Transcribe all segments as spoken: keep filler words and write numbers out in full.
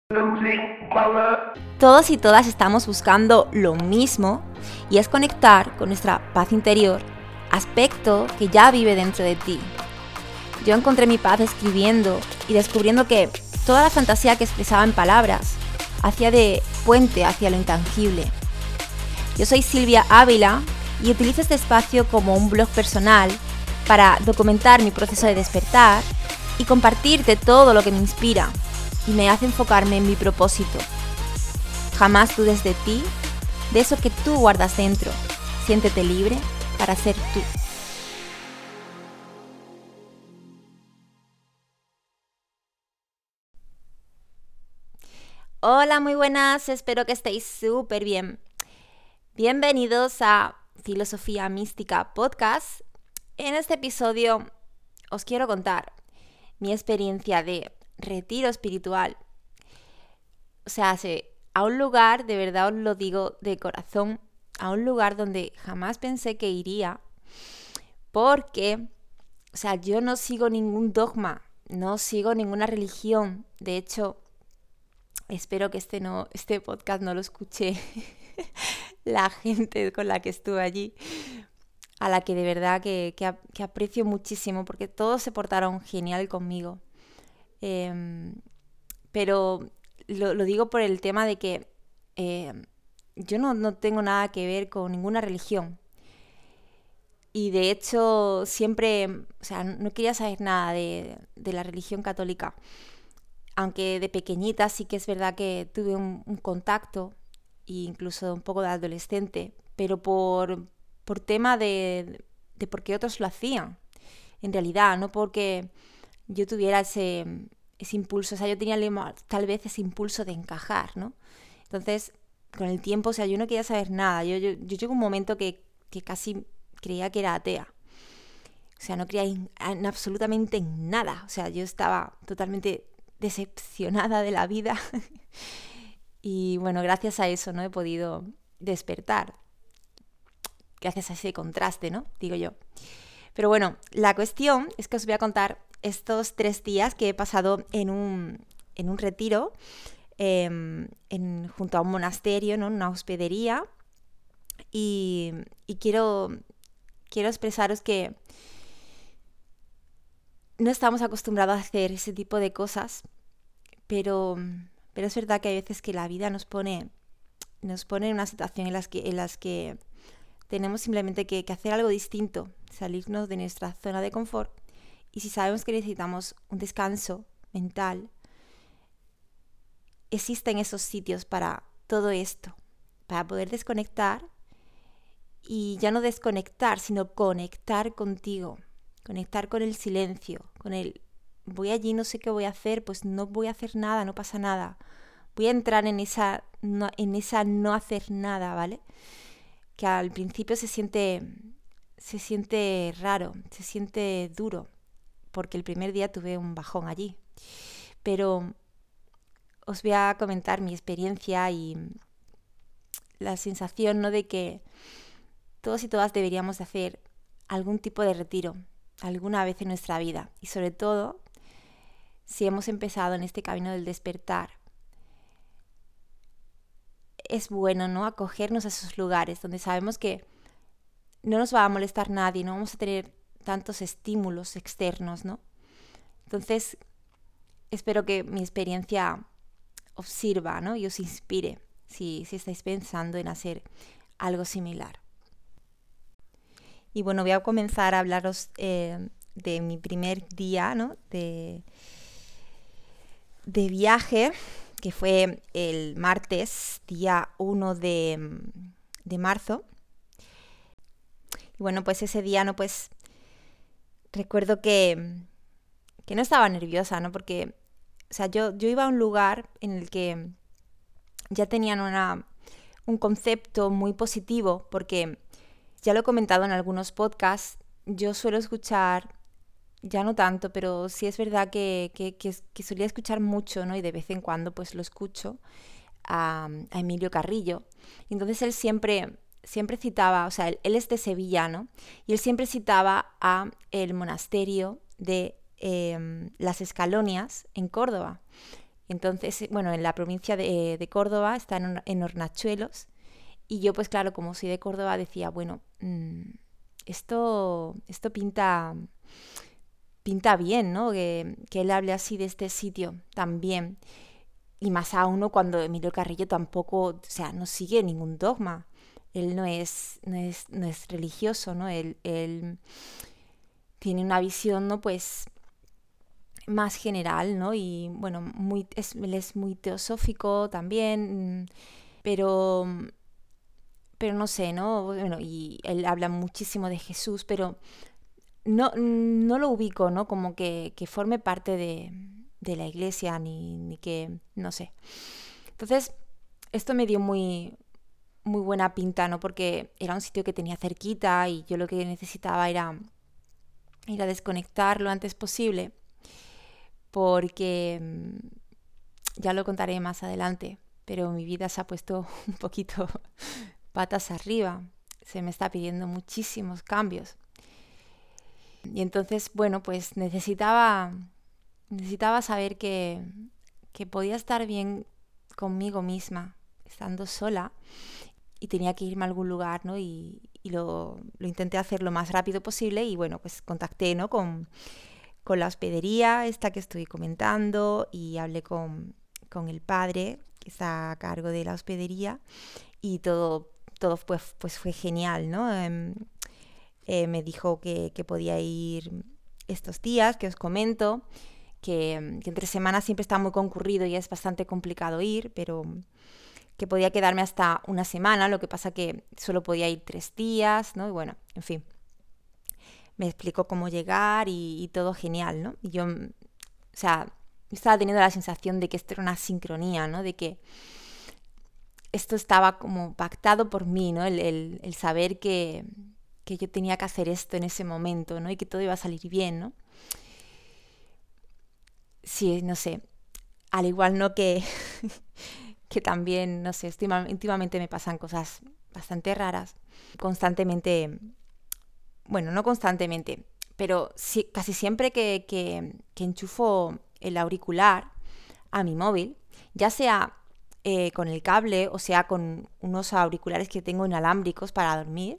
Todos y todas estamos buscando lo mismo y es conectar con nuestra paz interior, aspecto que ya vive dentro de ti. Yo encontré mi paz escribiendo y descubriendo que toda la fantasía que expresaba en palabras hacía de puente hacia lo intangible. Yo soy Silvia Ávila y utilizo este espacio como un blog personal para documentar mi proceso de despertar y compartirte todo lo que me inspira y me hace enfocarme en mi propósito. Jamás dudes de ti, de eso que tú guardas dentro. Siéntete libre para ser tú. Hola, muy buenas, espero que estéis súper bien. Bienvenidos a Filosofía Mística Podcast. En este episodio os quiero contar mi experiencia de retiro espiritual. O sea, a un lugar, de verdad os lo digo de corazón, a un lugar donde jamás pensé que iría, porque, o sea, yo no sigo ningún dogma, no sigo ninguna religión. De hecho, espero que este, no, este podcast no lo escuche la gente con la que estuve allí, a la que de verdad que, que, que aprecio muchísimo, porque todos se portaron genial conmigo. Eh, pero lo, lo digo por el tema de que eh, yo no, no tengo nada que ver con ninguna religión. Y de hecho siempre, o sea, no quería saber nada de, de la religión católica. Aunque de pequeñita sí que es verdad que tuve un, un contacto, e incluso un poco de adolescente, pero por, por tema de, de por qué otros lo hacían. En realidad, no porque yo tuviera ese, ese impulso, o sea, yo tenía tal vez ese impulso de encajar, ¿no? Entonces, con el tiempo, o sea, yo no quería saber nada. Yo, yo, yo llegó un momento que, que casi creía que era atea. O sea, no creía en, en absolutamente en nada. O sea, yo estaba totalmente decepcionada de la vida. Y bueno, gracias a eso, ¿no? He podido despertar. Gracias a ese contraste, ¿no? Digo yo. Pero bueno, la cuestión es que os voy a contar estos tres días que he pasado en un, en un retiro eh, en, junto a un monasterio, ¿no? Una hospedería. Y, y quiero, quiero expresaros que no estamos acostumbrados a hacer ese tipo de cosas, pero, pero es verdad que hay veces que la vida nos pone, nos pone en una situación en las que, en las que tenemos simplemente que, que hacer algo distinto, salirnos de nuestra zona de confort. Y si sabemos que necesitamos un descanso mental, existen esos sitios para todo esto, para poder desconectar y ya no desconectar, sino conectar contigo, conectar con el silencio, con el voy allí, no sé qué voy a hacer, pues no voy a hacer nada, no pasa nada. Voy a entrar en esa no, en esa no hacer nada, ¿vale? Que al principio se siente, se siente raro, se siente duro, porque el primer día tuve un bajón allí. Pero os voy a comentar mi experiencia y la sensación, ¿no?, de que todos y todas deberíamos de hacer algún tipo de retiro alguna vez en nuestra vida. Y sobre todo, si hemos empezado en este camino del despertar, es bueno, ¿no?, acogernos a esos lugares donde sabemos que no nos va a molestar nadie, no vamos a tener tantos estímulos externos, ¿no? Entonces, espero que mi experiencia os sirva, ¿no?, y os inspire si, si estáis pensando en hacer algo similar. Y bueno, voy a comenzar a hablaros eh, de mi primer día, ¿no?, de, de viaje, que fue el martes, día uno de, de marzo. Y bueno, pues ese día, ¿no?, pues recuerdo que, que no estaba nerviosa, ¿no? Porque, o sea, yo, yo iba a un lugar en el que ya tenían una, un concepto muy positivo, porque ya lo he comentado en algunos podcasts, yo suelo escuchar, ya no tanto, pero sí es verdad que, que, que, que solía escuchar mucho, ¿no? Y de vez en cuando pues lo escucho a, a Emilio Carrillo. Y entonces él siempre... siempre citaba, o sea, él, él es de Sevilla, ¿no? Y él siempre citaba a el monasterio de eh, las Escalonias en Córdoba. Entonces, bueno, en la provincia de, de Córdoba, está en, en Hornachuelos. Y yo, pues claro, como soy de Córdoba, decía, bueno, mmm, esto, esto pinta, pinta bien, ¿no? Que, que él hable así de este sitio también. Y más aún ¿no? Cuando Emilio Carrillo tampoco, o sea, no sigue ningún dogma. Él no es, no es, no es religioso, ¿no? Él, él tiene una visión, ¿no? Pues más general, ¿no? Y bueno, muy, es, él es muy teosófico también, pero, pero no sé, ¿no? Bueno, y él habla muchísimo de Jesús, pero no, no lo ubico, ¿no? Como que, que forme parte de, de la iglesia, ni, ni que, no sé. Entonces, esto me dio muy, muy buena pinta, ¿no? Porque era un sitio que tenía cerquita y yo lo que necesitaba era ir a desconectar lo antes posible, porque ya lo contaré más adelante, pero mi vida se ha puesto un poquito patas arriba. Se me está pidiendo muchísimos cambios. Y entonces, bueno, pues necesitaba, necesitaba saber que, que podía estar bien conmigo misma, estando sola, y tenía que irme a algún lugar, ¿no? Y, y lo, lo intenté hacer lo más rápido posible y bueno, pues contacté, ¿no? Con, con la hospedería, esta que estoy comentando, y hablé con, con el padre, que está a cargo de la hospedería, y todo, todo pues, pues fue genial, ¿no? Eh, eh, me dijo que, que podía ir estos días, que os comento, que, que entre semanas siempre está muy concurrido y es bastante complicado ir, pero que podía quedarme hasta una semana, lo que pasa que solo podía ir tres días, ¿no? Y bueno, en fin, me explicó cómo llegar y, y todo genial, ¿no? Y yo, o sea, estaba teniendo la sensación de que esto era una sincronía, ¿no? De que esto estaba como pactado por mí, ¿no? El, el, el saber que, que yo tenía que hacer esto en ese momento, ¿no? Y que todo iba a salir bien, ¿no? Sí, no sé, al igual, ¿no? Que... que también, no sé, últimamente me pasan cosas bastante raras. Constantemente, bueno, no constantemente, pero sí, casi siempre que, que, que enchufo el auricular a mi móvil, ya sea eh, con el cable o sea con unos auriculares que tengo inalámbricos para dormir,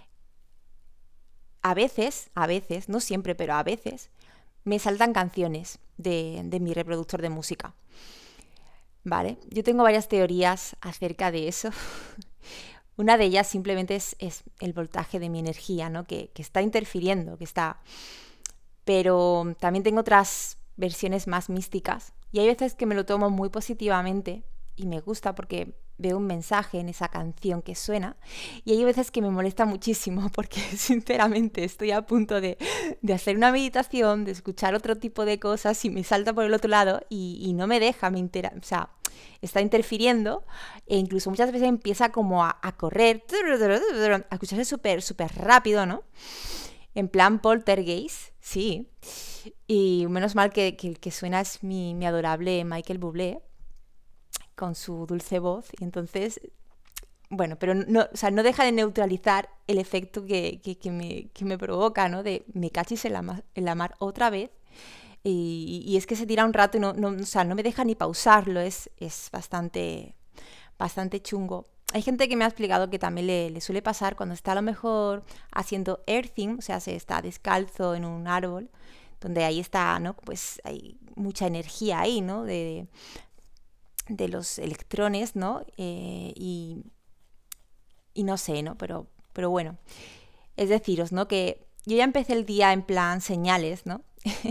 a veces, a veces, no siempre, pero a veces, me saltan canciones de, de mi reproductor de música. Vale, yo tengo varias teorías acerca de eso. Una de ellas simplemente es, es el voltaje de mi energía, ¿no? Que, que está interfiriendo, que está... Pero también tengo otras versiones más místicas. Y hay veces que me lo tomo muy positivamente y me gusta porque veo un mensaje en esa canción que suena. Y hay veces que me molesta muchísimo porque sinceramente estoy a punto de, de hacer una meditación, de escuchar otro tipo de cosas y me salta por el otro lado y, y no me deja, me intera o sea, está interfiriendo e incluso muchas veces empieza como a, a correr, a escucharse súper, súper rápido, ¿no? En plan poltergeist, sí. Y menos mal que, que el que suena es mi, mi adorable Michael Bublé, con su dulce voz. Y entonces, bueno, pero no, o sea, no deja de neutralizar el efecto que, que, que, me, que me provoca, ¿no? De me cachis en la, mar, en la mar otra vez. Y, y es que se tira un rato y no, no, o sea, no me deja ni pausarlo. Es, es bastante, bastante chungo. Hay gente que me ha explicado que también le, le suele pasar cuando está a lo mejor haciendo earthing, o sea, se está descalzo en un árbol, donde ahí está, ¿no? Pues hay mucha energía ahí, ¿no? De, de los electrones, ¿no? Eh, y, y no sé, ¿no? Pero, pero bueno, es deciros, ¿no? Que yo ya empecé el día en plan señales, ¿no?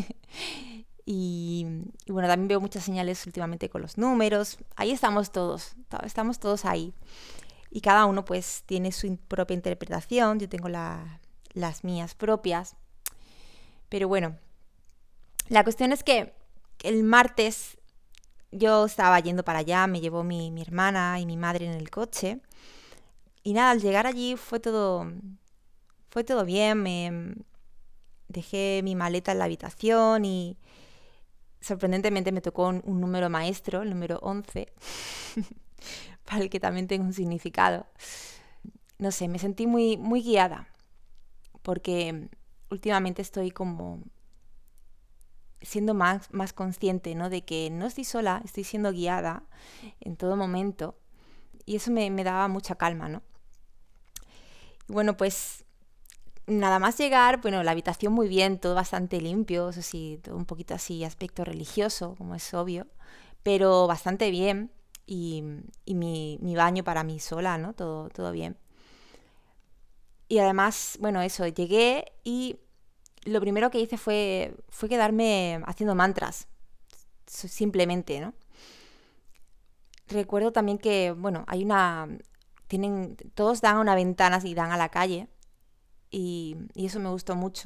y, y bueno, también veo muchas señales últimamente con los números. Ahí estamos todos, estamos todos ahí. Y cada uno pues tiene su propia interpretación, yo tengo la, las mías propias. Pero bueno, la cuestión es que el martes yo estaba yendo para allá, me llevó mi, mi hermana y mi madre en el coche. Y nada, al llegar allí fue todo, fue todo bien, me dejé mi maleta en la habitación y sorprendentemente me tocó un, un número maestro, el número once, para el que también tengo un significado. No sé, me sentí muy, muy guiada, porque últimamente estoy como siendo más, más consciente, ¿no? De que no estoy sola, estoy siendo guiada en todo momento. Y eso me, me daba mucha calma, ¿no? Y bueno, pues nada más llegar, bueno, la habitación muy bien, todo bastante limpio, eso sí, todo un poquito así aspecto religioso, como es obvio, pero bastante bien. Y, y mi, mi baño para mí sola, ¿no? Todo, todo bien. Y además, bueno, eso, llegué y lo primero que hice fue, fue quedarme haciendo mantras, simplemente, ¿no? Recuerdo también que, bueno, hay una... Tienen, todos dan a una ventana y dan a la calle y, y eso me gustó mucho.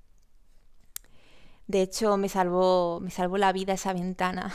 De hecho, me salvó, me salvó la vida esa ventana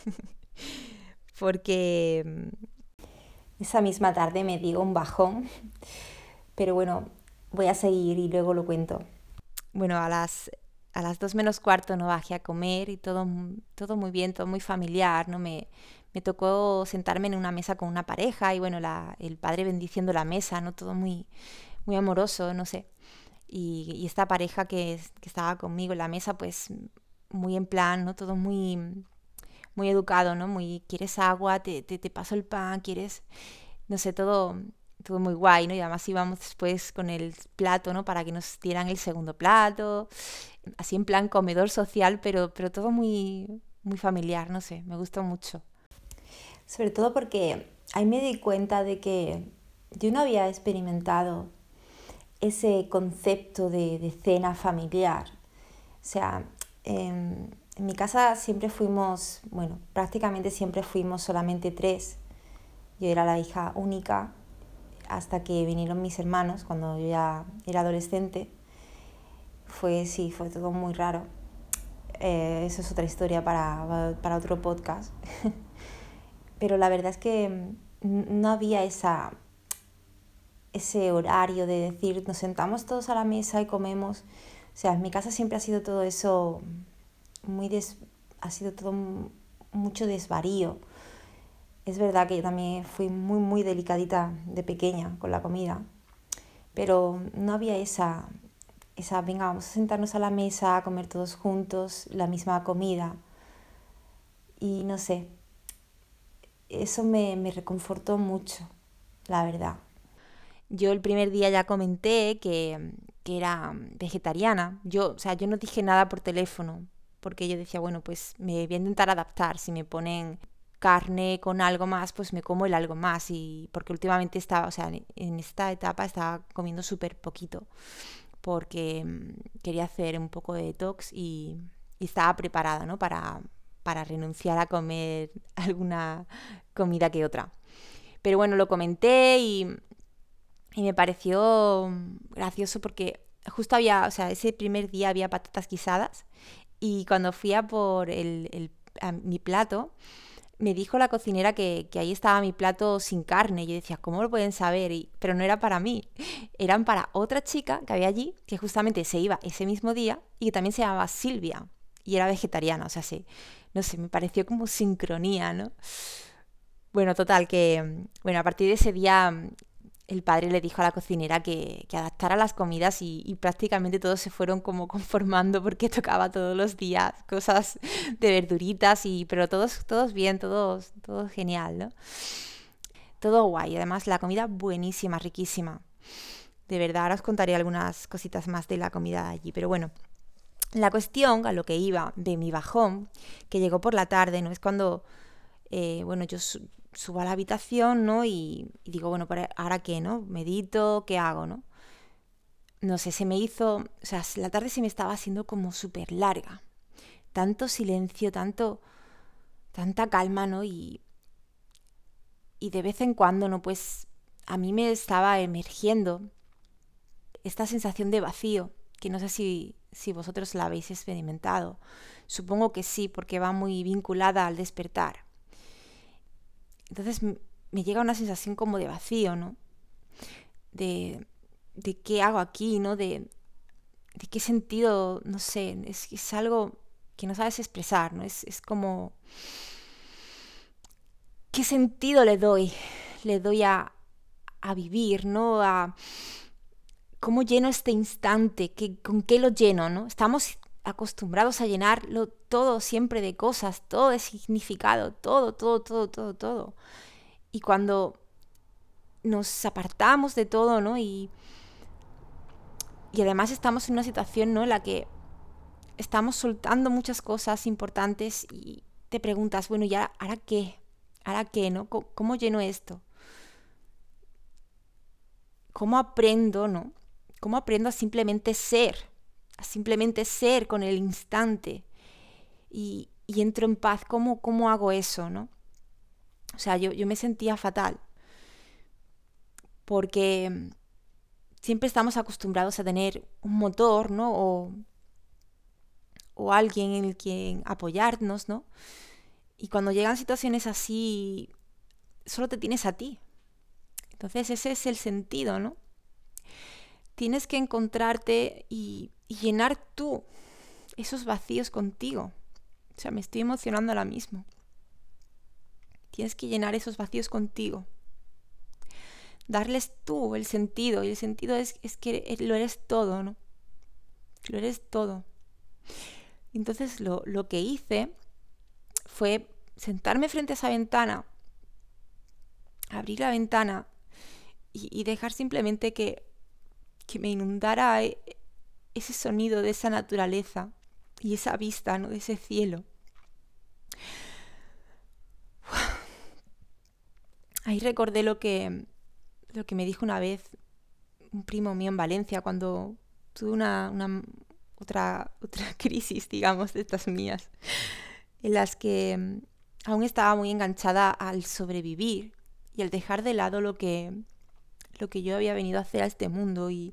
porque esa misma tarde me dio un bajón, pero bueno, voy a seguir y luego lo cuento. Bueno, a las, a las dos menos cuarto no bajé a comer y todo, todo muy bien, todo muy familiar, ¿no? Me, me tocó sentarme en una mesa con una pareja y bueno, la, el padre bendiciendo la mesa, ¿no? Todo muy, muy amoroso, no sé. Y, y esta pareja que, que estaba conmigo en la mesa, pues muy en plan, ¿no? Todo muy, muy educado, ¿no? Muy, ¿quieres agua? Te, te, te paso el pan, ¿quieres? No sé, todo, todo muy guay, ¿no? Y además íbamos después con el plato, ¿no? Para que nos dieran el segundo plato, así en plan comedor social, pero, pero todo muy, muy familiar, no sé, me gustó mucho. Sobre todo porque ahí me di cuenta de que yo no había experimentado ese concepto de, de cena familiar. O sea, en, en mi casa siempre fuimos, bueno, prácticamente siempre fuimos solamente tres. Yo era la hija única hasta que vinieron mis hermanos cuando yo ya era adolescente. Fue, sí, fue todo muy raro. Eh, eso es otra historia para, para otro podcast. Pero la verdad es que no había esa, ese horario de decir nos sentamos todos a la mesa y comemos. O sea, en mi casa siempre ha sido todo eso muy des, ha sido todo mucho desvarío. Es verdad que yo también fui muy muy delicadita de pequeña con la comida, pero no había esa esa venga, vamos a sentarnos a la mesa a comer todos juntos la misma comida. Y no sé, eso me, me reconfortó mucho, la verdad. Yo el primer día ya comenté que, que era vegetariana. Yo, o sea, yo no dije nada por teléfono, porque yo decía, bueno, pues me voy a intentar adaptar. Si me ponen carne con algo más, pues me como el algo más. Y porque últimamente estaba, o sea, en esta etapa estaba comiendo súper poquito, porque quería hacer un poco de detox y, y estaba preparada, ¿no? Para, para renunciar a comer alguna comida que otra. Pero bueno, lo comenté y... Y me pareció gracioso porque justo había, o sea, ese primer día había patatas guisadas y cuando fui a por el, el, a mi plato, me dijo la cocinera que, que ahí estaba mi plato sin carne. Y yo decía, ¿cómo lo pueden saber? Y, pero no era para mí, eran para otra chica que había allí, que justamente se iba ese mismo día y que también se llamaba Silvia y era vegetariana, o sea, sí, no sé, me pareció como sincronía, ¿no? Bueno, total, que, bueno, a partir de ese día el padre le dijo a la cocinera que, que adaptara las comidas y, y prácticamente todos se fueron como conformando porque tocaba todos los días cosas de verduritas, y, pero todos, todos bien, todos, todos genial, ¿no? Todo guay, además la comida buenísima, riquísima. De verdad, ahora os contaré algunas cositas más de la comida de allí, pero bueno. La cuestión, a lo que iba de mi bajón, que llegó por la tarde, ¿no? Es cuando, eh, bueno, yo... subo a la habitación, ¿no? Y, y digo, bueno, ¿ahora qué, no? Medito, ¿qué hago, no? No sé, se me hizo... O sea, la tarde se me estaba haciendo como súper larga. Tanto silencio, tanto... Tanta calma, ¿no? Y... Y de vez en cuando, ¿no? Pues a mí me estaba emergiendo esta sensación de vacío, que no sé si, si vosotros la habéis experimentado. Supongo que sí, porque va muy vinculada al despertar. Entonces me llega una sensación como de vacío, ¿no? De, de qué hago aquí, ¿no? De, de qué sentido, no sé, es, es algo que no sabes expresar, ¿no? Es, es como... ¿Qué sentido le doy? Le doy a, a vivir, ¿no? A... ¿Cómo lleno este instante? ¿Qué, ¿Con qué lo lleno, no? Estamos acostumbrados a llenarlo todo siempre de cosas, todo de significado, todo, todo, todo, todo, todo. Y cuando nos apartamos de todo, ¿no? Y, y además estamos en una situación, ¿no?, en la que estamos soltando muchas cosas importantes y te preguntas, bueno, ¿y ahora, ahora qué? ¿Ahora qué, no? ¿Cómo, cómo lleno esto? ¿Cómo aprendo, no? ¿Cómo aprendo a simplemente ser? A simplemente ser con el instante. Y, y entro en paz. ¿Cómo, cómo hago eso, no? O sea, yo, yo me sentía fatal. Porque siempre estamos acostumbrados a tener un motor, ¿no? O, o alguien en el que apoyarnos, ¿no? Y cuando llegan situaciones así, solo te tienes a ti. Entonces ese es el sentido, ¿no? Tienes que encontrarte y, y llenar tú esos vacíos contigo. O sea, me estoy emocionando ahora mismo. Tienes que llenar esos vacíos contigo. Darles tú el sentido. Y el sentido es, es que lo eres todo, ¿no? Lo eres todo. Entonces lo, lo que hice fue sentarme frente a esa ventana, abrir la ventana y, y dejar simplemente que, que me inundara ese sonido de esa naturaleza y esa vista, ¿no?, de ese cielo. Ahí recordé lo que, lo que me dijo una vez un primo mío en Valencia cuando tuve una, una otra, otra crisis, digamos, de estas mías, en las que aún estaba muy enganchada al sobrevivir y al dejar de lado lo que, lo que yo había venido a hacer a este mundo. Y,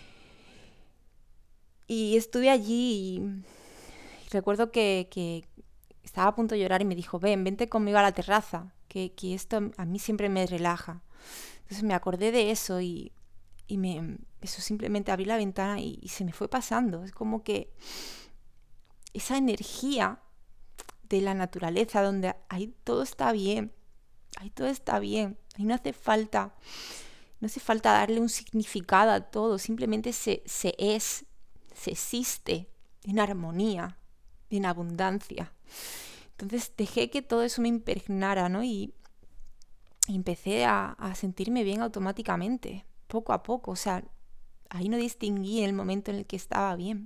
y estuve allí y, y recuerdo que, que estaba a punto de llorar y me dijo, ven, vente conmigo a la terraza, que, que esto a mí siempre me relaja. Entonces me acordé de eso y, y me, eso simplemente abrí la ventana y, y se me fue pasando. Es como que esa energía de la naturaleza donde ahí todo está bien, ahí todo está bien, ahí no hace falta, no hace falta darle un significado a todo, simplemente se, se es, se existe en armonía, en abundancia. Entonces dejé que todo eso me impregnara, ¿no? Y, y empecé a, a sentirme bien automáticamente, poco a poco. O sea, ahí no distinguí el momento en el que estaba bien.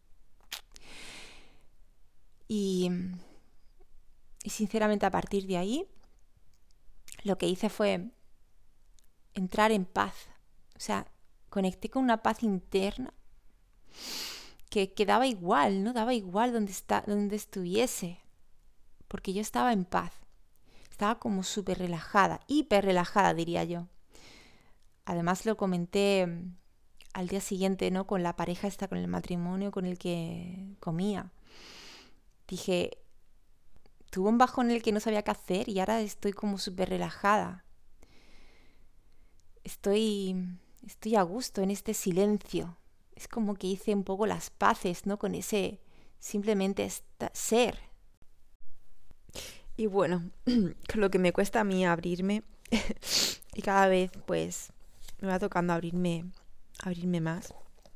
Y, y sinceramente a partir de ahí, lo que hice fue entrar en paz. O sea, conecté con una paz interna que, que daba igual, ¿no? Daba igual donde, está, donde estuviese. Porque yo estaba en paz. Estaba como súper relajada, hiper relajada, diría yo. Además lo comenté al día siguiente, ¿no?, con la pareja esta, con el matrimonio con el que comía. Dije, tuve un bajón en el que no sabía qué hacer y ahora estoy como súper relajada. Estoy, estoy a gusto en este silencio. Es como que hice un poco las paces, ¿no?, con ese simplemente esta, ser. Y bueno, con lo que me cuesta a mí abrirme y cada vez pues me va tocando abrirme, abrirme más.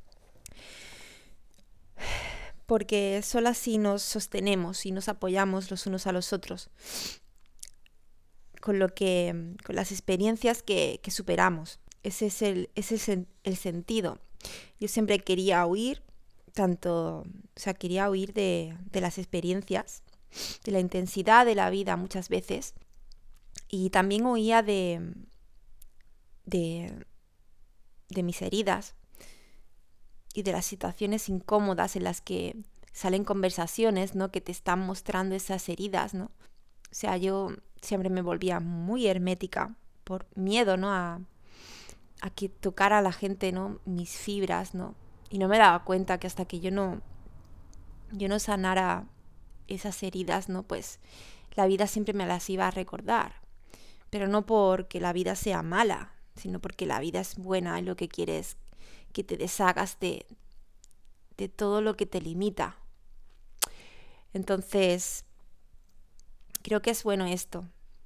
Porque solo así nos sostenemos y nos apoyamos los unos a los otros. Con lo que, con las experiencias que, que superamos. Ese es el, ese es el, el sentido. Yo siempre quería huir, tanto, o sea, quería huir de, de las experiencias, de la intensidad de la vida muchas veces. Y también huía de, de, de mis heridas y de las situaciones incómodas en las que salen conversaciones, ¿no?, que te están mostrando esas heridas, ¿no? O sea, yo siempre me volvía muy hermética por miedo, ¿no?, a, a que tocara a la gente, ¿no?, mis fibras, ¿no? Y no me daba cuenta que hasta que yo no, yo no sanara esas heridas, ¿no?, pues la vida siempre me las iba a recordar. Pero no porque la vida sea mala, sino porque la vida es buena y lo que quiere es que te deshagas de, de todo lo que te limita. Entonces, creo que es bueno esto.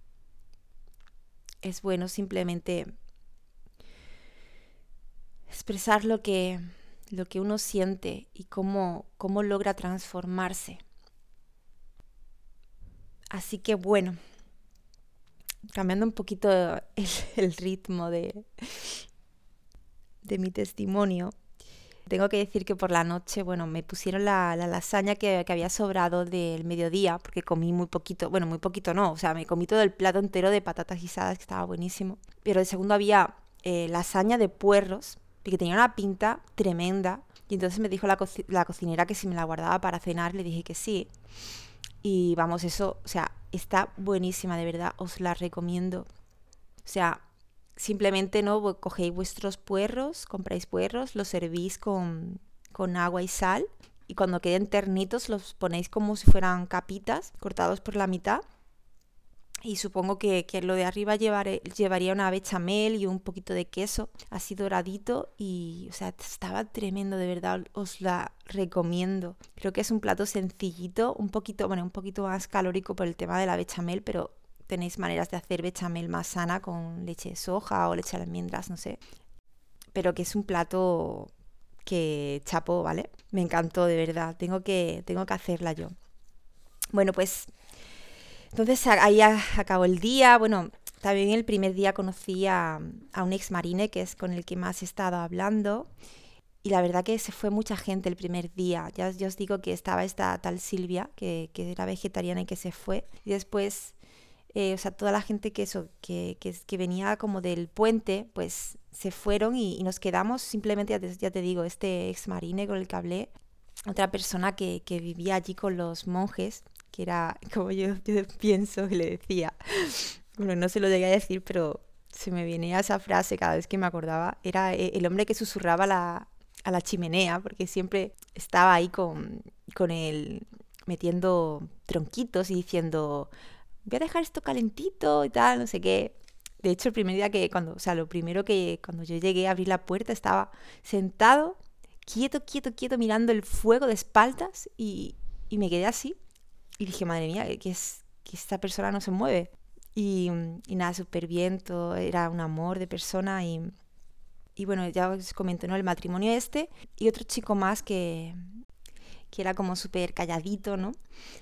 Es bueno simplemente expresar lo que, lo que uno siente y cómo, cómo logra transformarse. Así que bueno, cambiando un poquito el, el ritmo de, de mi testimonio, tengo que decir que por la noche, bueno, me pusieron la, la lasaña que, que había sobrado del mediodía, porque comí muy poquito, bueno, muy poquito no, o sea, me comí todo el plato entero de patatas guisadas, que estaba buenísimo. Pero de segundo había eh, lasaña de puerros, que tenía una pinta tremenda, y entonces me dijo la, co- la cocinera que si me la guardaba para cenar, le dije que sí. Y vamos, eso, o sea, está buenísima, de verdad, os la recomiendo. O sea, simplemente no cogéis vuestros puerros, compráis puerros, los servís con, con agua y sal y cuando queden ternitos los ponéis como si fueran capitas cortados por la mitad y supongo que, que lo de arriba llevaré, llevaría una bechamel y un poquito de queso así doradito y o sea estaba tremendo, de verdad, os la recomiendo. Creo que es un plato sencillito, un poquito, bueno, un poquito más calórico por el tema de la bechamel, pero tenéis maneras de hacer bechamel más sana con leche de soja o leche de almendras, no sé. Pero que es un plato que chapo, ¿vale? Me encantó, de verdad. Tengo que, tengo que hacerla yo. Bueno, pues entonces ahí acabó el día. Bueno, también el primer día conocí a, a un ex marine que es con el que más he estado hablando. Y la verdad que se fue mucha gente el primer día. Ya, ya os digo que estaba esta tal Silvia, que, que era vegetariana y que se fue. Y después... Eh, o sea, toda la gente que eso, que, que, que venía como del puente, pues se fueron y, y nos quedamos simplemente, ya te, ya te digo, este ex marine con el que hablé, otra persona que, que vivía allí con los monjes, que era como yo, yo pienso que le decía, bueno, no se lo llegué a decir, pero se me venía esa frase cada vez que me acordaba, era el hombre que susurraba la, a la chimenea, porque siempre estaba ahí con, con él metiendo tronquitos y diciendo... voy a dejar esto calentito y tal, no sé qué. De hecho, el primer día que, cuando, o sea, lo primero que cuando yo llegué a abrir la puerta, estaba sentado, quieto, quieto, quieto, mirando el fuego de espaldas y, y me quedé así. Y dije, madre mía, que, es, que esta persona no se mueve. Y, y nada, súper bien, todo, era un amor de persona y, y bueno, ya os comento, ¿no? El matrimonio este y otro chico más que, que era como súper calladito, ¿no?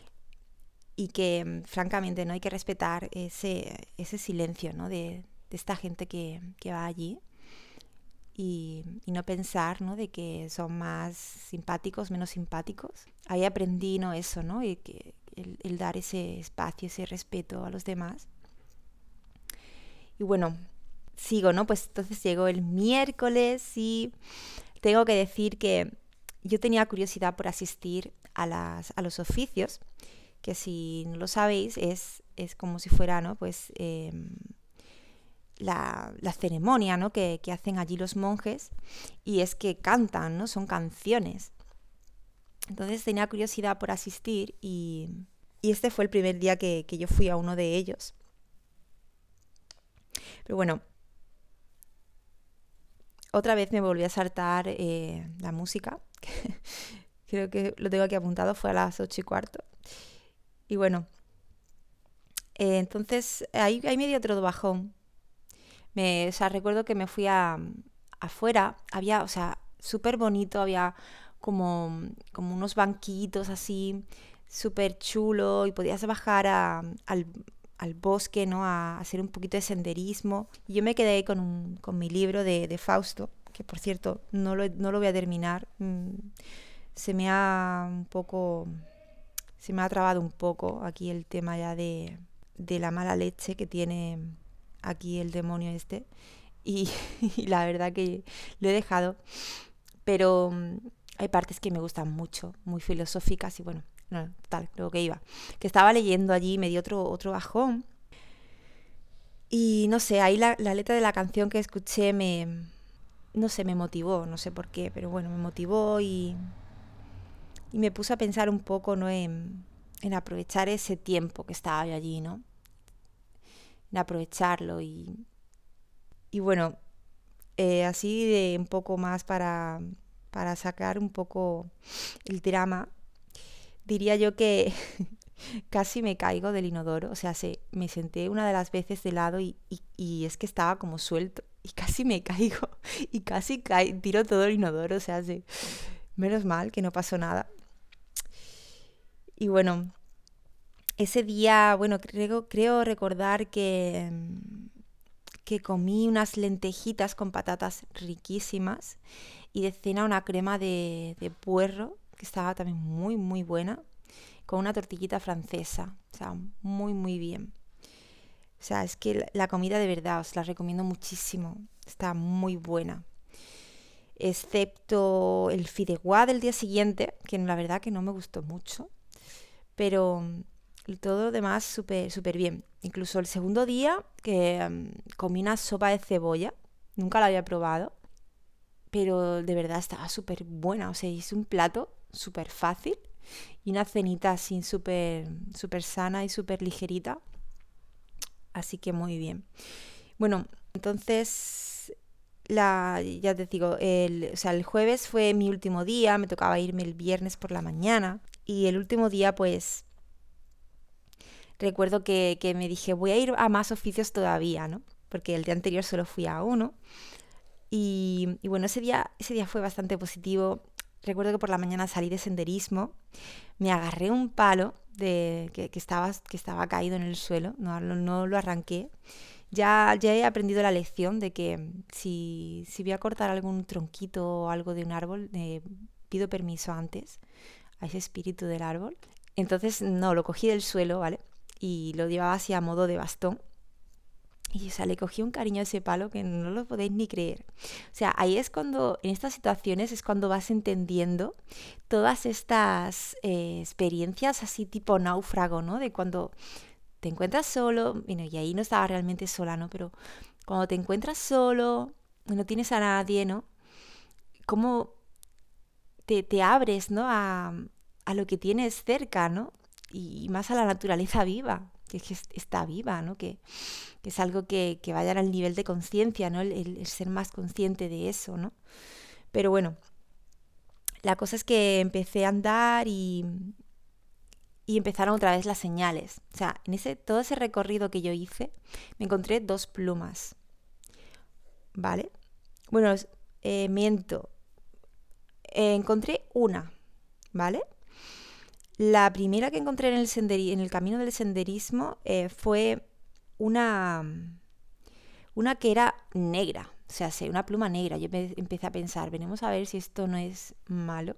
Y que francamente no hay que respetar ese, ese silencio, ¿no? de, de esta gente que, que va allí y, y no pensar, ¿no? de que son más simpáticos, menos simpáticos. Ahí aprendí, ¿no? eso, ¿no? Y que el, el dar ese espacio, ese respeto a los demás. Y bueno, sigo, ¿no? Pues entonces llegó el miércoles y tengo que decir que yo tenía curiosidad por asistir a, las, a los oficios, que si no lo sabéis es, es como si fuera, ¿no? pues eh, la, la ceremonia, ¿no? que, que hacen allí los monjes, y es que cantan, ¿no? son canciones. Entonces tenía curiosidad por asistir y, y este fue el primer día que, que yo fui a uno de ellos. Pero bueno, otra vez me volví a saltar eh, la música. Creo que lo tengo aquí apuntado, fue a las ocho y cuarto. Y bueno, eh, entonces ahí, ahí me dio otro bajón. Me, o sea, recuerdo que me fui a, afuera, había, o sea, súper bonito, había como, como unos banquitos así, súper chulo, y podías bajar a, al, al bosque, ¿no? A hacer un poquito de senderismo. Y yo me quedé ahí con, un, con mi libro de, de Fausto, que por cierto no lo, no lo voy a terminar. Mm, se me ha un poco... Se me ha trabado un poco aquí el tema ya de, de la mala leche que tiene aquí el demonio este. Y, y la verdad que lo he dejado. Pero um, hay partes que me gustan mucho, muy filosóficas y bueno, no, total, creo que iba. Que estaba leyendo allí y me dio otro, otro bajón. Y no sé, ahí la, la letra de la canción que escuché me... No sé, me motivó, no sé por qué, pero bueno, me motivó y... Y me puse a pensar un poco, ¿no? En, en aprovechar ese tiempo que estaba yo allí, ¿no? En aprovecharlo y... Y bueno, eh, así de un poco más para, para sacar un poco el drama, diría yo que casi me caigo del inodoro. O sea, se, me senté una de las veces de lado y, y, y es que estaba como suelto. y casi me caigo y casi ca- tiro todo el inodoro, o sea, sí. Menos mal que no pasó nada. Y bueno, ese día, bueno, creo, creo recordar que, mm, que comí unas lentejitas con patatas riquísimas y de cena una crema de, de puerro que estaba también muy, muy buena, con una tortillita francesa, o sea, muy, muy bien. O sea, es que la la comida de verdad os la recomiendo muchísimo, está muy buena. Excepto el fideuá del día siguiente, que la verdad que no me gustó mucho, pero mm, todo lo demás súper súper bien. Incluso el segundo día que mm, comí una sopa de cebolla, nunca la había probado, pero de verdad estaba súper buena. O sea, es un plato súper fácil y una cenita así súper súper sana y súper ligerita. Así que muy bien. Bueno, entonces, la, ya te digo, el, o sea, el jueves fue mi último día, me tocaba irme el viernes por la mañana. Y el último día, pues, recuerdo que, que me dije, voy a ir a más oficios todavía, ¿no? Porque el día anterior solo fui a uno. Y, y bueno, ese día, ese día fue bastante positivo. Recuerdo que por la mañana salí de senderismo, me agarré un palo de, que, que estaba, que estaba caído en el suelo, no, no, no lo arranqué. Ya, ya he aprendido la lección de que si, si voy a cortar algún tronquito o algo de un árbol, eh, pido permiso antes a ese espíritu del árbol. Entonces, no, lo cogí del suelo, ¿vale? Y lo llevaba así a modo de bastón. Y, o sea, le cogí un cariño a ese palo que no lo podéis ni creer. O sea, ahí es cuando, en estas situaciones, es cuando vas entendiendo todas estas eh, experiencias así tipo náufrago, ¿no? De cuando te encuentras solo, bueno, y ahí no estaba realmente sola, ¿no? Pero cuando te encuentras solo, y no tienes a nadie, ¿no? Cómo te, te abres, ¿no? A, a lo que tienes cerca, ¿no? Y, y más a la naturaleza viva, que es que es- está viva, ¿no? Que, que es algo que, que vaya al nivel de conciencia, ¿no? El, el- el ser más consciente de eso, ¿no? Pero bueno, la cosa es que empecé a andar y, y empezaron otra vez las señales. O sea, en ese, todo ese recorrido que yo hice, me encontré dos plumas, ¿vale? Bueno, eh, miento. Eh, encontré una, ¿vale? La primera que encontré en el, senderi- en el camino del senderismo eh, fue una, una que era negra. O sea, sí, una pluma negra. Yo me empecé a pensar, venimos a ver si esto no es malo.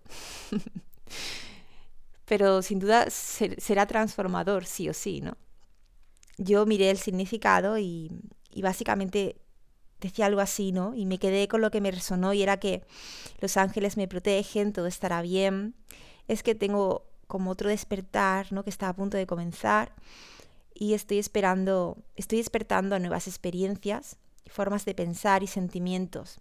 Pero sin duda ser- será transformador, sí o sí, ¿no? Yo miré el significado y, y básicamente decía algo así, ¿no? Y me quedé con lo que me resonó y era que los ángeles me protegen, todo estará bien. Es que tengo como otro despertar, ¿no? Que está a punto de comenzar y estoy esperando, estoy despertando a nuevas experiencias, formas de pensar y sentimientos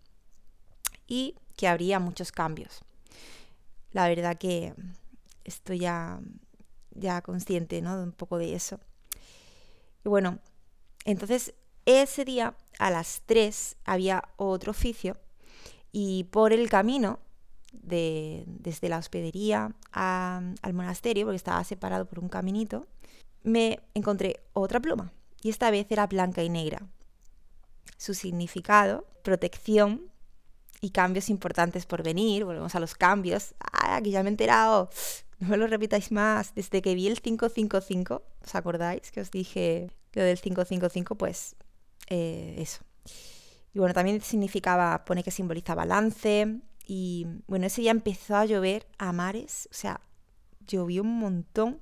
y que habría muchos cambios. La verdad que estoy ya, ya consciente, ¿no? De un poco de eso. Y bueno, entonces ese día a las tres había otro oficio y por el camino de, desde la hospedería a- al monasterio, porque estaba separado por un caminito, me encontré otra pluma y esta vez era blanca y negra. Su significado, protección y cambios importantes por venir. Volvemos a los cambios. Ah, que ya me he enterado. No me lo repitáis más. Desde que vi el cinco cinco cinco, ¿os acordáis que os dije lo del cinco cinco cinco? Pues eh, eso. Y bueno, también significaba, pone que simboliza balance. Y bueno, ese día empezó a llover a mares. O sea, llovió un montón.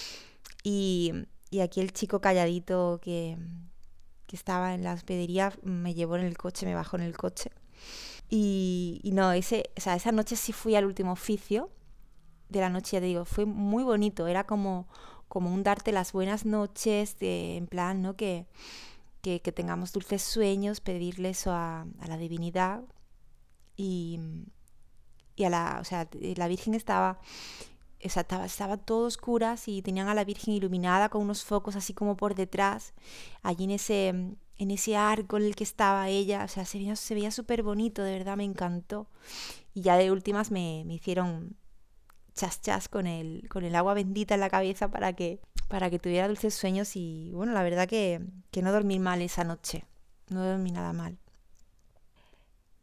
Y, y aquí el chico calladito que, que estaba en la hospedería me llevó en el coche, me bajó en el coche. Y, y no, ese, o sea, esa noche sí fui al último oficio de la noche, ya te digo, fue muy bonito. Era como, como un darte las buenas noches, de, en plan, ¿no? Que, que, que tengamos dulces sueños, pedirle eso a, a la divinidad. Y, y a la, o sea, la Virgen estaba, o sea, estaba, estaba todo oscuras y tenían a la Virgen iluminada con unos focos así como por detrás, allí en ese, en ese arco en el que estaba ella. O sea, se veía, se veía súper bonito, de verdad me encantó. Y ya de últimas me, me hicieron chas chas con el, con el agua bendita en la cabeza para que, para que tuviera dulces sueños. Y bueno, la verdad que, que no dormí mal esa noche, no dormí nada mal.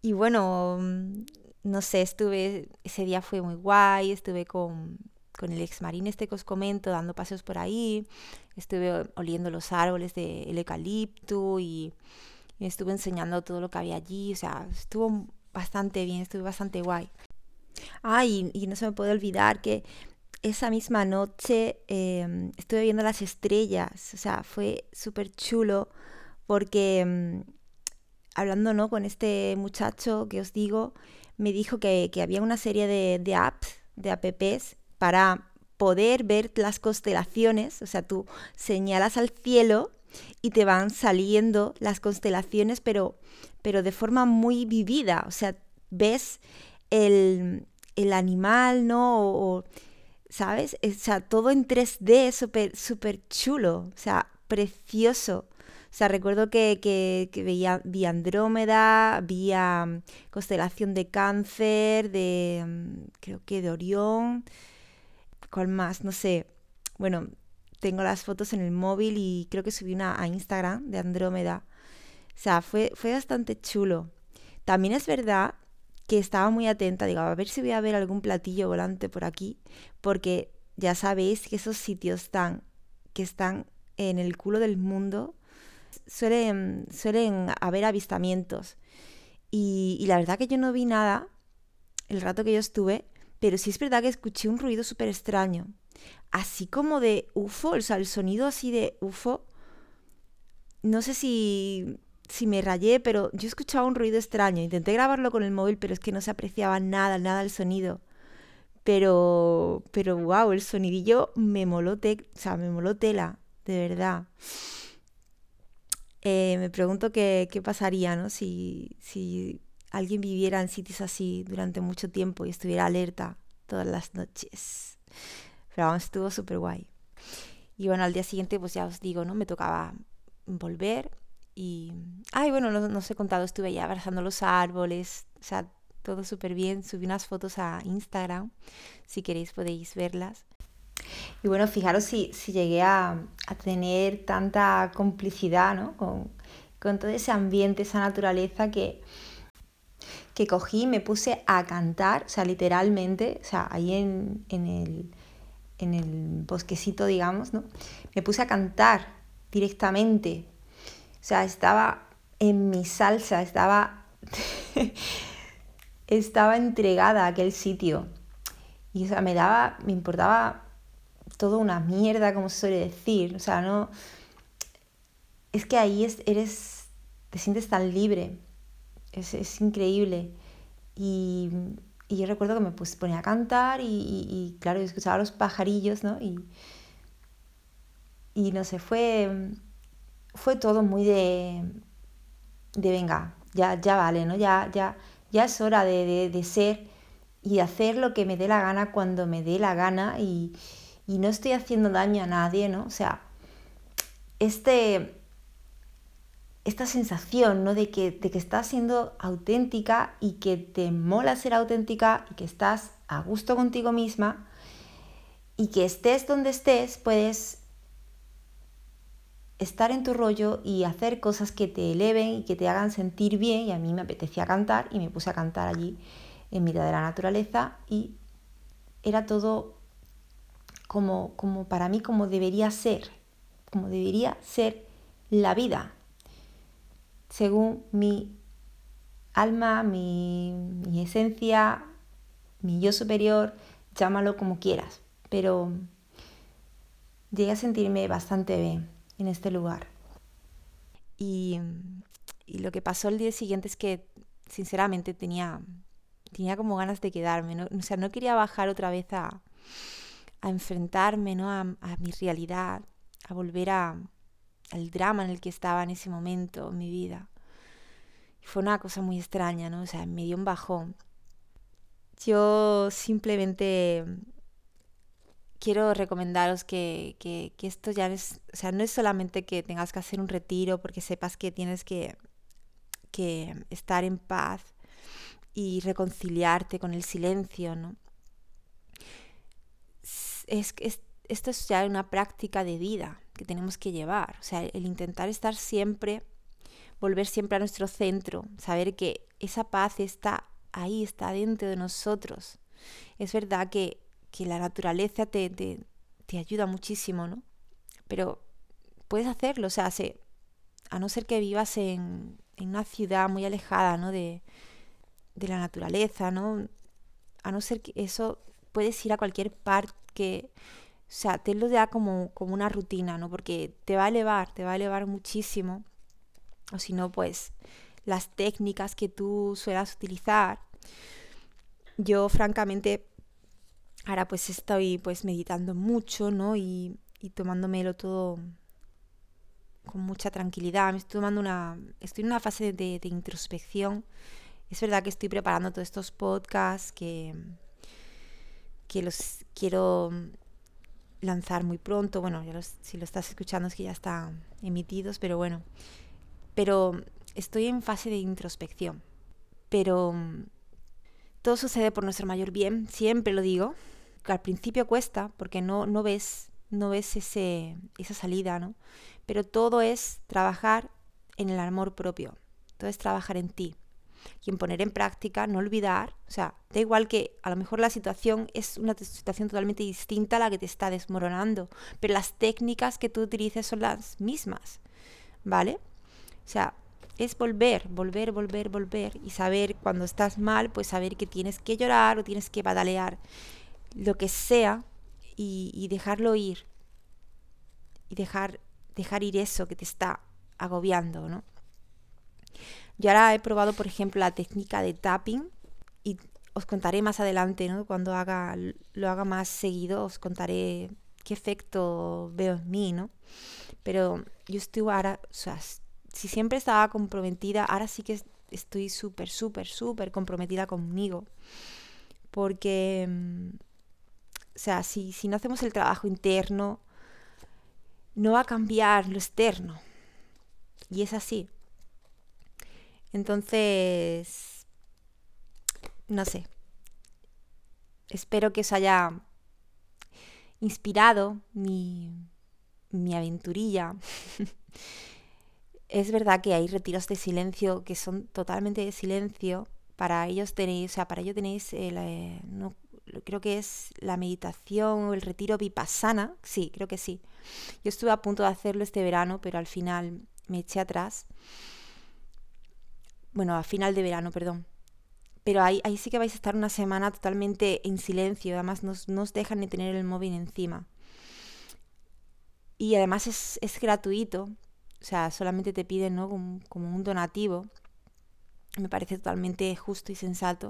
y bueno, mm, no sé, estuve, ese día fue muy guay, estuve con, con el ex marín este que os comento, dando paseos por ahí, estuve oliendo los árboles del eucalipto y me estuve enseñando todo lo que había allí, o sea, estuvo bastante bien, estuvo bastante guay. Ah, y, y no se me puede olvidar que esa misma noche eh, estuve viendo las estrellas, o sea, fue súper chulo porque mm, hablando, ¿no?, con este muchacho que os digo, me dijo que, que había una serie de, de apps, de apps, para poder ver las constelaciones, o sea, tú señalas al cielo y te van saliendo las constelaciones, pero, pero de forma muy vivida, o sea, ves el, el animal, ¿no? O, o, ¿sabes? O sea, todo en tres D, súper súper chulo, o sea, precioso. O sea, recuerdo que, que, que veía, vi Andrómeda, vi um, constelación de Cáncer, de um, creo que de Orión, ¿cuál más? No sé. Bueno, tengo las fotos en el móvil y creo que subí una a Instagram de Andrómeda. O sea, fue, fue bastante chulo. También es verdad que estaba muy atenta, digo, a ver si voy a ver algún platillo volante por aquí, porque ya sabéis que esos sitios están, que están en el culo del mundo, suelen, suelen haber avistamientos. Y, y la verdad que yo no vi nada el rato que yo estuve, pero sí es verdad que escuché un ruido súper extraño. Así como de U F O, o sea, el sonido así de U F O. No sé si, si me rayé, pero yo escuchaba un ruido extraño. Intenté grabarlo con el móvil, pero es que no se apreciaba nada, nada el sonido. Pero, pero wow, el sonidillo me moló, te, o sea, me moló tela, de verdad. Eh, me pregunto qué, qué pasaría, ¿no? Si, si alguien viviera en sitios así durante mucho tiempo y estuviera alerta todas las noches. Pero vamos, estuvo súper guay. Y bueno, al día siguiente, pues ya os digo, ¿no? Me tocaba volver y... Ay, bueno, no, no os he contado, estuve ya abrazando los árboles, o sea, todo súper bien. Subí unas fotos a Instagram, si queréis podéis verlas. Y bueno, fijaros si, si llegué a, a tener tanta complicidad, ¿no? Con, con todo ese ambiente, esa naturaleza que, que cogí y me puse a cantar, o sea, literalmente, o sea, ahí en, en, el, en el bosquecito, digamos, ¿no? Me puse a cantar directamente, o sea, estaba en mi salsa, estaba, estaba entregada a aquel sitio. Y o sea, me daba, me importaba todo una mierda, como se suele decir. O sea, no... Es que ahí es, eres, te sientes tan libre. Es, es increíble. Y, y yo recuerdo que me pues, ponía a cantar y, y, y claro, yo escuchaba los pajarillos, ¿no? Y, y no sé, fue, fue todo muy de, de venga, ya, ya vale, ¿no? Ya, ya, ya es hora de, de, de ser y de hacer lo que me dé la gana cuando me dé la gana y, y no estoy haciendo daño a nadie, ¿no? O sea, este, esta sensación, ¿no? De que, de que estás siendo auténtica y que te mola ser auténtica y que estás a gusto contigo misma y que estés donde estés, puedes estar en tu rollo y hacer cosas que te eleven y que te hagan sentir bien. Y a mí me apetecía cantar y me puse a cantar allí en mitad de la naturaleza y era todo como, como para mí como debería ser, como debería ser la vida, según mi alma, mi, mi esencia, mi yo superior, llámalo como quieras, pero llegué a sentirme bastante bien en este lugar. Y, y lo que pasó el día siguiente es que, sinceramente, tenía, tenía como ganas de quedarme, ¿no? O sea, no quería bajar otra vez a, a enfrentarme, ¿no? a, a mi realidad, a volver a, al drama en el que estaba en ese momento en mi vida. Y fue una cosa muy extraña, ¿no? O sea, me dio un bajón. Yo simplemente quiero recomendaros que, que, que esto ya es, o sea, no es solamente que tengas que hacer un retiro porque sepas que tienes que, que estar en paz y reconciliarte con el silencio, ¿no? Es, es, esto es ya una práctica de vida que tenemos que llevar, o sea, el intentar estar siempre volver siempre a nuestro centro, saber que esa paz está ahí, está dentro de nosotros. Es verdad que, que la naturaleza te, te, te ayuda muchísimo, ¿no? Pero puedes hacerlo, o sea, se, a no ser que vivas en, en una ciudad muy alejada, ¿no? de, de la naturaleza, ¿no? A no ser que eso, puedes ir a cualquier parque, o sea, tenlo ya como, como una rutina, ¿no? Porque te va a elevar, te va a elevar muchísimo. O si no, pues las técnicas que tú suelas utilizar. Yo, francamente, ahora pues estoy pues meditando mucho, ¿no? Y, y tomándomelo todo con mucha tranquilidad. Me estoy tomando una, estoy en una fase de, de introspección. Es verdad que estoy preparando todos estos podcasts que, que los quiero lanzar muy pronto. Bueno, ya los, si lo estás escuchando es que ya están emitidos, pero bueno. Pero estoy en fase de introspección. Pero todo sucede por nuestro mayor bien, siempre lo digo. Que al principio cuesta porque no, no ves, no ves ese, esa salida, ¿no? Pero todo es trabajar en el amor propio. Todo es trabajar en ti. Y en poner en práctica, no olvidar, o sea, da igual que a lo mejor la situación es una situación totalmente distinta a la que te está desmoronando, pero las técnicas que tú utilices son las mismas, ¿vale? O sea, es volver, volver, volver, volver y saber cuando estás mal, pues saber que tienes que llorar o tienes que patalear, lo que sea, y, y dejarlo ir, y dejar, dejar ir eso que te está agobiando, ¿no? Yo ahora he probado, por ejemplo, la técnica de tapping y os contaré más adelante, ¿no? Cuando haga, lo haga más seguido, os contaré qué efecto veo en mí, ¿no? Pero yo estoy ahora, o sea, si siempre estaba comprometida, ahora sí que estoy súper, súper, súper comprometida conmigo. Porque, o sea, si, si no hacemos el trabajo interno, no va a cambiar lo externo. Y es así. Entonces, no sé. Espero que os haya inspirado mi, mi aventurilla. Es verdad que hay retiros de silencio que son totalmente de silencio. Para ellos tenéis, o sea, para ello tenéis, el, eh, no, creo que es la meditación o el retiro vipassana. Sí, creo que sí. Yo estuve a punto de hacerlo este verano, pero al final me eché atrás. Bueno, a final de verano, perdón. Pero ahí, ahí sí que vais a estar una semana totalmente en silencio. Además, no, no os dejan ni tener el móvil encima. Y además es, es gratuito. O sea, solamente te piden, ¿no? como, como un donativo. Me parece totalmente justo y sensato.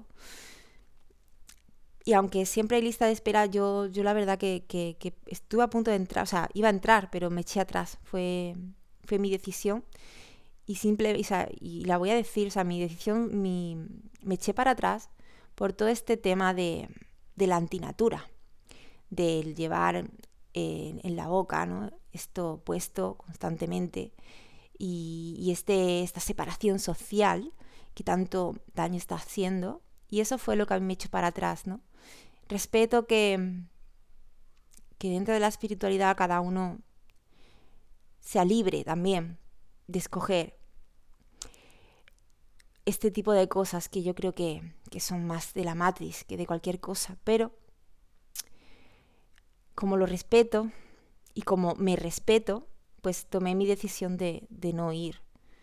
Y aunque siempre hay lista de espera, yo, yo la verdad que, que, que estuve a punto de entrar. O sea, iba a entrar, pero me eché atrás. Fue, fue mi decisión. Y simple, o sea, y la voy a decir, o sea, mi decisión, mi, me eché para atrás por todo este tema de, de la antinatura, del llevar en, en la boca, ¿no? Esto puesto constantemente y, y este, esta separación social que tanto daño está haciendo. Y eso fue lo que a mí me echó para atrás, ¿no? Respeto que, que dentro de la espiritualidad cada uno sea libre también de escoger este tipo de cosas que yo creo que, que son más de la matriz que de cualquier cosa, pero como lo respeto y como me respeto, pues tomé mi decisión de, de no ir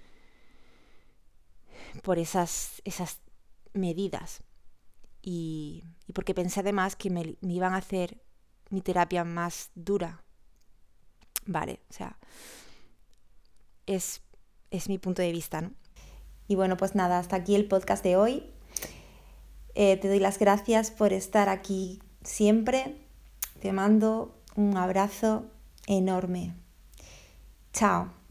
por esas, esas medidas y, y porque pensé además que me, me iban a hacer mi terapia más dura, vale, o sea, es, es mi punto de vista, ¿no? Y bueno, pues nada, hasta aquí el podcast de hoy. Eh, te doy las gracias por estar aquí siempre. Te mando un abrazo enorme. Chao.